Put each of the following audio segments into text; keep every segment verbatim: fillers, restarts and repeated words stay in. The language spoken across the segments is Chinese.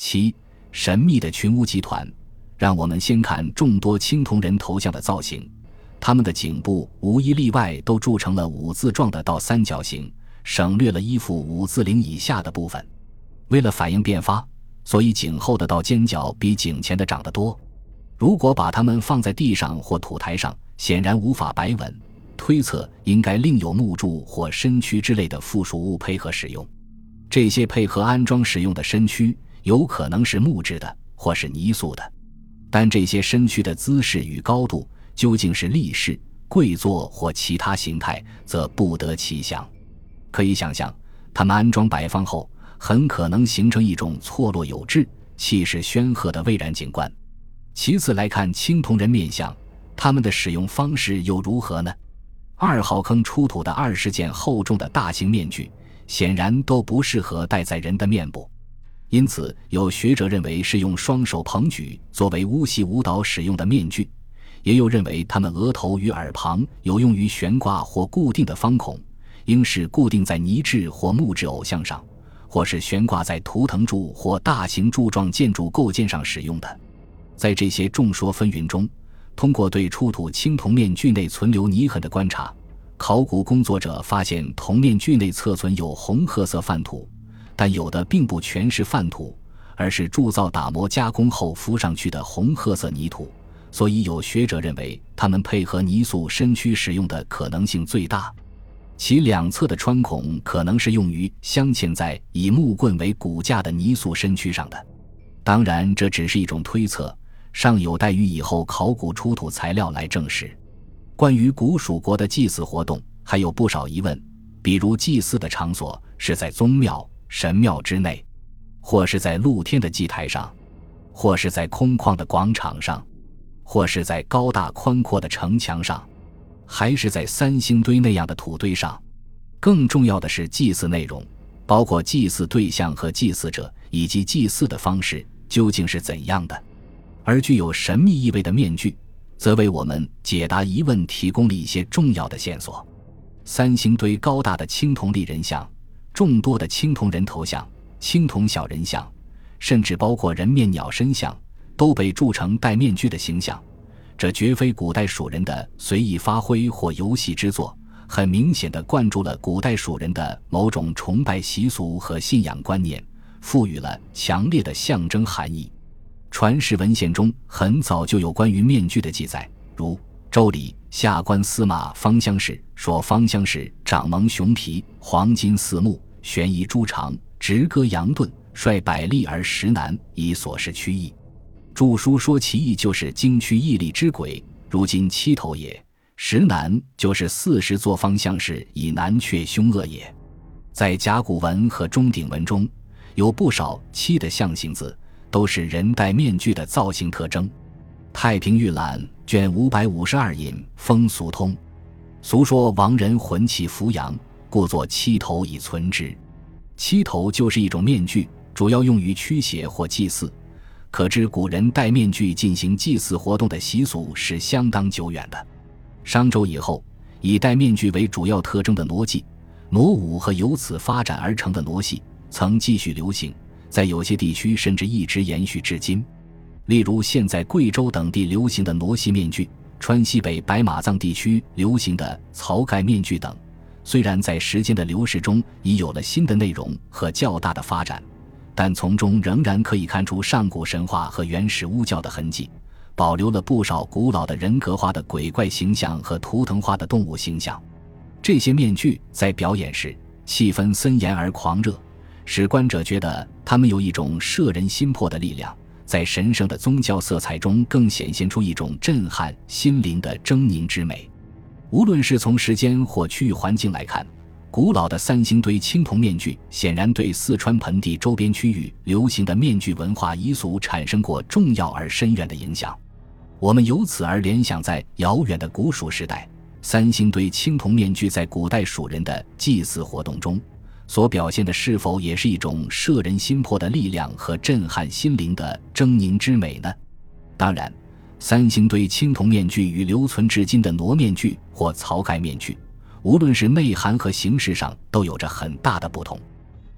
七、神秘的群巫集团。让我们先看众多青铜人头像的造型，他们的颈部无一例外都铸成了五字状的倒三角形，省略了衣服五字领以下的部分。为了反应变发，所以颈后的倒尖角比颈前的长得多。如果把它们放在地上或土台上，显然无法摆稳，推测应该另有木柱或身躯之类的附属物配合使用。这些配合安装使用的身躯有可能是木质的或是泥塑的，但这些身躯的姿势与高度究竟是立式、跪坐或其他形态，则不得其详。可以想象，它们安装摆放后很可能形成一种错落有致、气势轩赫的巍然景观。其次来看青铜人面像，他们的使用方式又如何呢？二号坑出土的二十件厚重的大型面具显然都不适合戴在人的面部，因此有学者认为是用双手捧举作为巫戏舞蹈使用的面具，也有认为他们额头与耳旁有用于悬挂或固定的方孔，应是固定在泥质或木质偶像上，或是悬挂在图腾柱或大型柱状建筑构件上使用的。在这些众说纷纭中，通过对出土青铜面具内存留泥痕的观察，考古工作者发现铜面具内侧存有红褐色泛土，但有的并不全是泛土，而是铸造打磨加工后敷上去的红褐色泥土，所以有学者认为它们配合泥塑身躯使用的可能性最大。其两侧的穿孔可能是用于镶嵌在以木棍为骨架的泥塑身躯上的。当然这只是一种推测，尚有待于以后考古出土材料来证实。关于古蜀国的祭祀活动还有不少疑问，比如祭祀的场所是在宗庙、神庙之内，或是在露天的祭台上，或是在空旷的广场上，或是在高大宽阔的城墙上，还是在三星堆那样的土堆上。更重要的是祭祀内容，包括祭祀对象和祭祀者，以及祭祀的方式究竟是怎样的。而具有神秘意味的面具则为我们解答疑问提供了一些重要的线索。三星堆高大的青铜立人像，众多的青铜人头像、青铜小人像，甚至包括人面鸟身像，都被铸成戴面具的形象。这绝非古代蜀人的随意发挥或游戏之作，很明显地灌注了古代蜀人的某种崇拜习俗和信仰观念，赋予了强烈的象征含义。传世文献中很早就有关于面具的记载，如《周礼·下官司马方乡事》说，方乡事长蒙熊皮，黄金四目，悬疑诸长，直戈扬盾，率百力而食难，以所示曲意。著书说其意就是精驱毅力之鬼，如今七头也，食难就是四十座方乡事以难却凶恶也。在甲骨文和钟鼎文中有不少七的象形字，都是人戴面具的造型特征。太平御览卷五百五十二引风俗通，俗说亡人魂气扶阳，故作七头以存之。七头就是一种面具，主要用于驱邪或祭祀，可知古人戴面具进行祭祀活动的习俗是相当久远的。商周以后，以戴面具为主要特征的傩祭、傩舞和由此发展而成的傩戏曾继续流行，在有些地区甚至一直延续至今。例如现在贵州等地流行的傩戏面具，川西北白马藏地区流行的槽盖面具等，虽然在时间的流逝中已有了新的内容和较大的发展，但从中仍然可以看出上古神话和原始巫教的痕迹，保留了不少古老的人格化的鬼怪形象和图腾化的动物形象。这些面具在表演时气氛森严而狂热，使观者觉得他们有一种摄人心魄的力量，在神圣的宗教色彩中更显现出一种震撼心灵的狰狞之美。无论是从时间或区域环境来看，古老的三星堆青铜面具显然对四川盆地周边区域流行的面具文化习俗产生过重要而深远的影响。我们由此而联想，在遥远的古蜀时代，三星堆青铜面具在古代蜀人的祭祀活动中所表现的是否也是一种摄人心魄的力量和震撼心灵的狰狞之美呢？当然，三星堆青铜面具与留存至今的傩面具或槽盖面具，无论是内涵和形式上都有着很大的不同。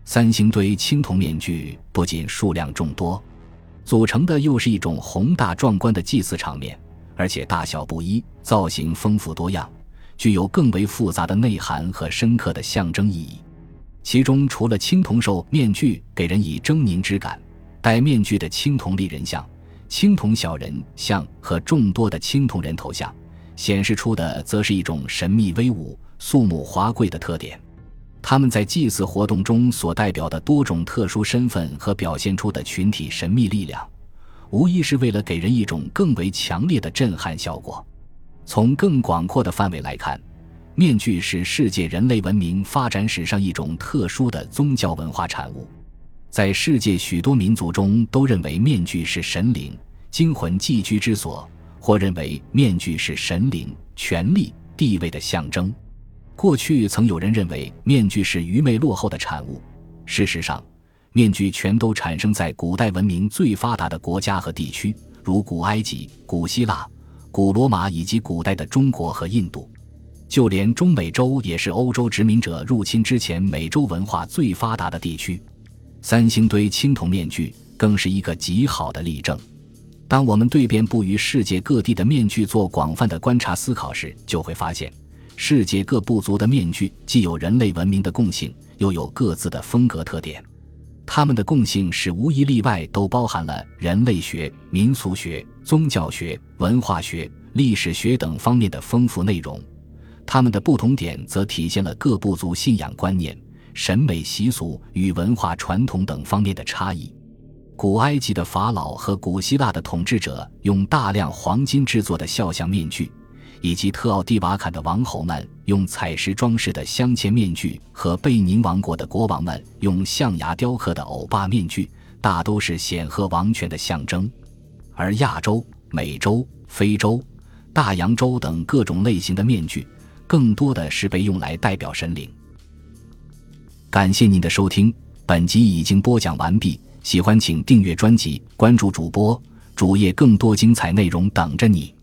三星堆青铜面具不仅数量众多，组成的又是一种宏大壮观的祭祀场面，而且大小不一，造型丰富多样，具有更为复杂的内涵和深刻的象征意义。其中除了青铜兽面具给人以狰狞之感，戴面具的青铜立人像、青铜小人像和众多的青铜人头像，显示出的则是一种神秘威武、肃穆华贵的特点。他们在祭祀活动中所代表的多种特殊身份和表现出的群体神秘力量，无疑是为了给人一种更为强烈的震撼效果。从更广阔的范围来看，面具是世界人类文明发展史上一种特殊的宗教文化产物。在世界许多民族中都认为面具是神灵、精魂寄居之所，或认为面具是神灵、权力、地位的象征。过去曾有人认为面具是愚昧落后的产物，事实上，面具全都产生在古代文明最发达的国家和地区，如古埃及、古希腊、古罗马以及古代的中国和印度。就连中美洲也是欧洲殖民者入侵之前美洲文化最发达的地区。三星堆青铜面具更是一个极好的例证。当我们对遍布于世界各地的面具做广泛的观察思考时，就会发现世界各部族的面具既有人类文明的共性，又有各自的风格特点。它们的共性是无一例外都包含了人类学、民俗学、宗教学、文化学、历史学等方面的丰富内容。它们的不同点则体现了各部族信仰观念、审美习俗与文化传统等方面的差异。古埃及的法老和古希腊的统治者用大量黄金制作的肖像面具，以及特奥蒂瓦坎的王侯们用彩石装饰的镶嵌面具和贝宁王国的国王们用象牙雕刻的欧巴面具，大都是显赫王权的象征。而亚洲、美洲、非洲、大洋洲等各种类型的面具更多的是被用来代表神灵。感谢您的收听，本集已经播讲完毕，喜欢请订阅专辑，关注主播，主页更多精彩内容等着你。